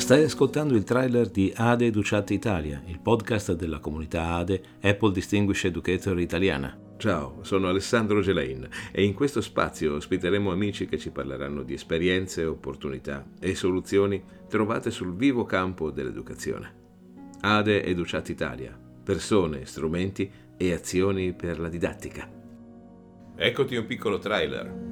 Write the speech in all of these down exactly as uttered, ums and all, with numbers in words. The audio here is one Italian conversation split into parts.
Stai ascoltando il trailer di A D E Educat Italia, il podcast della comunità A D E Apple Distinguished Educator italiana. Ciao, sono Alessandro Gelain e in questo spazio ospiteremo amici che ci parleranno di esperienze, opportunità e soluzioni trovate sul vivo campo dell'educazione. A D E Educat Italia, persone, strumenti e azioni per la didattica. Eccoti un piccolo trailer.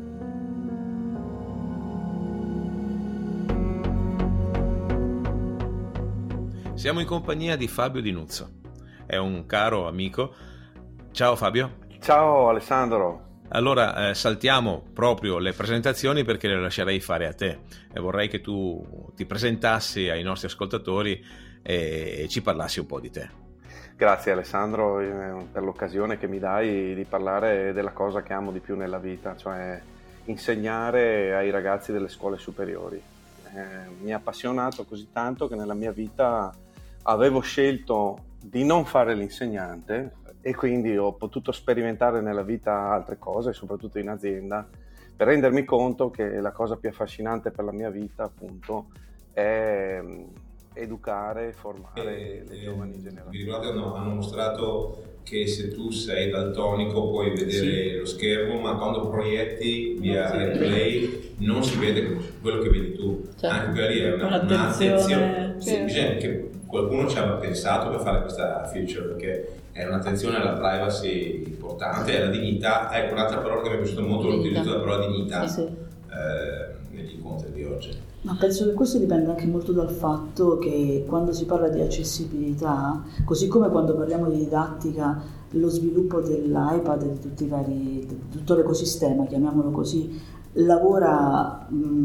Siamo in compagnia di Fabio Di Nuzzo, è un caro amico. Ciao Fabio. Ciao Alessandro. Allora eh, saltiamo proprio le presentazioni perché le lascerei fare a te e vorrei che tu ti presentassi ai nostri ascoltatori e, e ci parlassi un po' di te. Grazie Alessandro eh, per l'occasione che mi dai di parlare della cosa che amo di più nella vita, cioè insegnare ai ragazzi delle scuole superiori. Eh, mi ha appassionato così tanto che nella mia vita avevo scelto di non fare l'insegnante e quindi ho potuto sperimentare nella vita altre cose, soprattutto in azienda, per rendermi conto che la cosa più affascinante per la mia vita appunto è educare e formare e, le e, giovani generazioni. Mi ricordo hanno, hanno mostrato che se tu sei daltonico puoi vedere sì. lo schermo, ma quando proietti via replay non si vede quello che vedi tu. Certo. Anche quella lì è una, un'attenzione. Sì, sì. Bisogna che qualcuno ci abbia pensato per fare questa feature, perché è un'attenzione alla privacy importante e alla dignità. Ecco, un'altra parola che mi è piaciuta molto è l'utilizzo della parola dignità sì, sì. Eh, negli incontri di oggi. Ma penso che questo dipenda anche molto dal fatto che quando si parla di accessibilità, così come quando parliamo di didattica, lo sviluppo dell'iPad e di tutti i vari, di tutto l'ecosistema, chiamiamolo così, lavora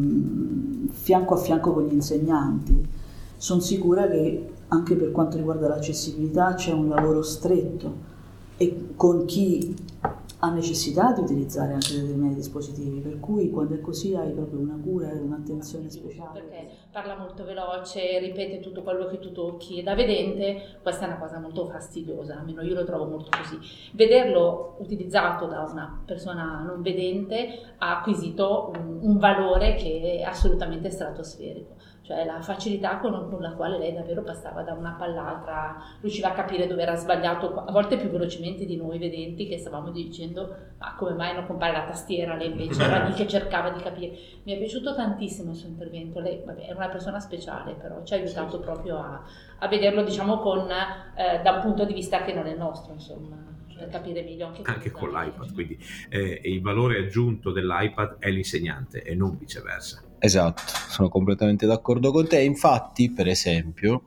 mh, fianco a fianco con gli insegnanti. Sono sicura che anche per quanto riguarda l'accessibilità c'è un lavoro stretto e con chi ha necessità di utilizzare anche determinati dispositivi, per cui quando è così hai proprio una cura e un'attenzione speciale. Perché parla molto veloce, ripete tutto quello che tu tocchi e da vedente questa è una cosa molto fastidiosa, almeno io lo trovo molto così. Vederlo utilizzato da una persona non vedente ha acquisito un, un valore che è assolutamente stratosferico. Cioè la facilità con, con la quale lei davvero passava da un'app all'altra, riusciva a capire dove era sbagliato, a volte più velocemente di noi vedenti che stavamo dicendo ma come mai non compare la tastiera, lei invece era lì che cercava di capire. Mi è piaciuto tantissimo il suo intervento, lei vabbè, è una persona speciale però ci ha aiutato proprio a, a vederlo diciamo con, eh, da un punto di vista che non è il nostro insomma, per capire meglio anche, anche con l'iPad, quindi eh, il valore aggiunto dell'iPad è l'insegnante e non viceversa. Esatto, sono completamente d'accordo con te. Infatti, per esempio,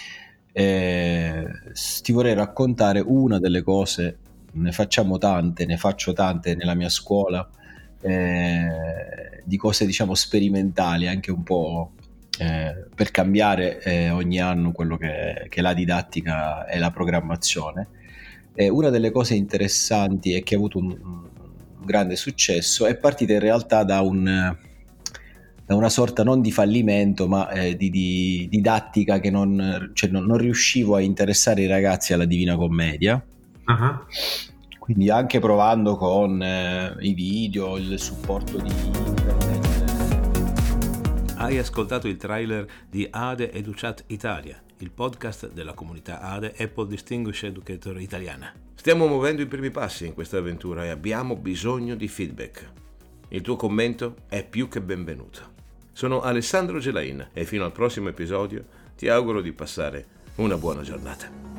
eh, ti vorrei raccontare una delle cose, ne facciamo tante, ne faccio tante nella mia scuola, eh, di cose diciamo sperimentali, anche un po' eh, per cambiare eh, ogni anno quello che, che è la didattica e la programmazione. Eh, una delle cose interessanti e che ha avuto un, un grande successo è partita in realtà da un... da una sorta non di fallimento ma eh, di, di didattica che non, cioè non, non riuscivo a interessare i ragazzi alla Divina Commedia. Uh-huh. Quindi anche provando con eh, i video, il supporto di internet. Hai ascoltato il trailer di A D E Educat Italia, il podcast della comunità A D E Apple Distinguished Educator italiana. Stiamo muovendo i primi passi in questa avventura e abbiamo bisogno di feedback. Il tuo commento è più che benvenuto. Sono Alessandro Gelain e fino al prossimo episodio ti auguro di passare una buona giornata.